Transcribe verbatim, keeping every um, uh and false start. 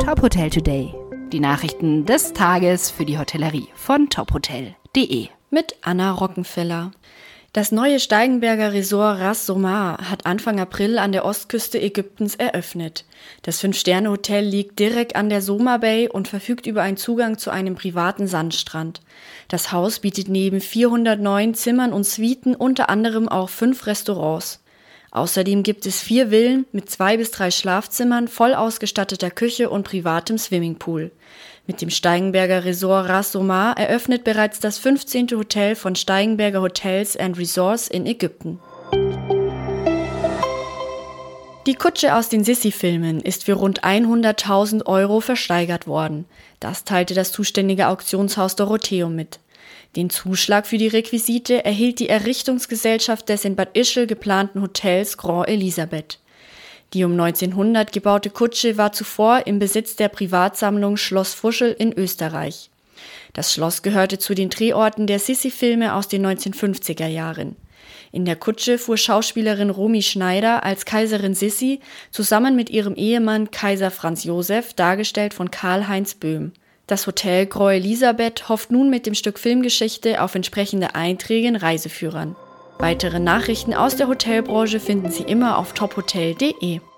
Top Hotel Today. Die Nachrichten des Tages für die Hotellerie von top hotel punkt de. Mit Anna Rockenfeller. Das neue Steigenberger Resort Ras Somar hat Anfang April an der Ostküste Ägyptens eröffnet. Das Fünf-Sterne-Hotel liegt direkt an der Soma Bay und verfügt über einen Zugang zu einem privaten Sandstrand. Das Haus bietet neben vierhundertneun Zimmern und Suiten unter anderem auch fünf Restaurants. Außerdem gibt es vier Villen mit zwei bis drei Schlafzimmern, voll ausgestatteter Küche und privatem Swimmingpool. Mit dem Steigenberger Resort Ras Somar eröffnet bereits das fünfzehnte Hotel von Steigenberger Hotels and Resorts in Ägypten. Die Kutsche aus den Sissi-Filmen ist für rund hunderttausend Euro versteigert worden. Das teilte das zuständige Auktionshaus Dorotheum mit. Den Zuschlag für die Requisite erhielt die Errichtungsgesellschaft des in Bad Ischl geplanten Hotels Grand Elisabeth. Die um neunzehnhundert gebaute Kutsche war zuvor im Besitz der Privatsammlung Schloss Fuschl in Österreich. Das Schloss gehörte zu den Drehorten der Sissi-Filme aus den neunzehnhundertfünfziger Jahren. In der Kutsche fuhr Schauspielerin Romy Schneider als Kaiserin Sissi zusammen mit ihrem Ehemann Kaiser Franz Josef, dargestellt von Karl-Heinz Böhm. Das Hotel Grand Elisabeth hofft nun mit dem Stück Filmgeschichte auf entsprechende Einträge in Reiseführern. Weitere Nachrichten aus der Hotelbranche finden Sie immer auf top hotel punkt de.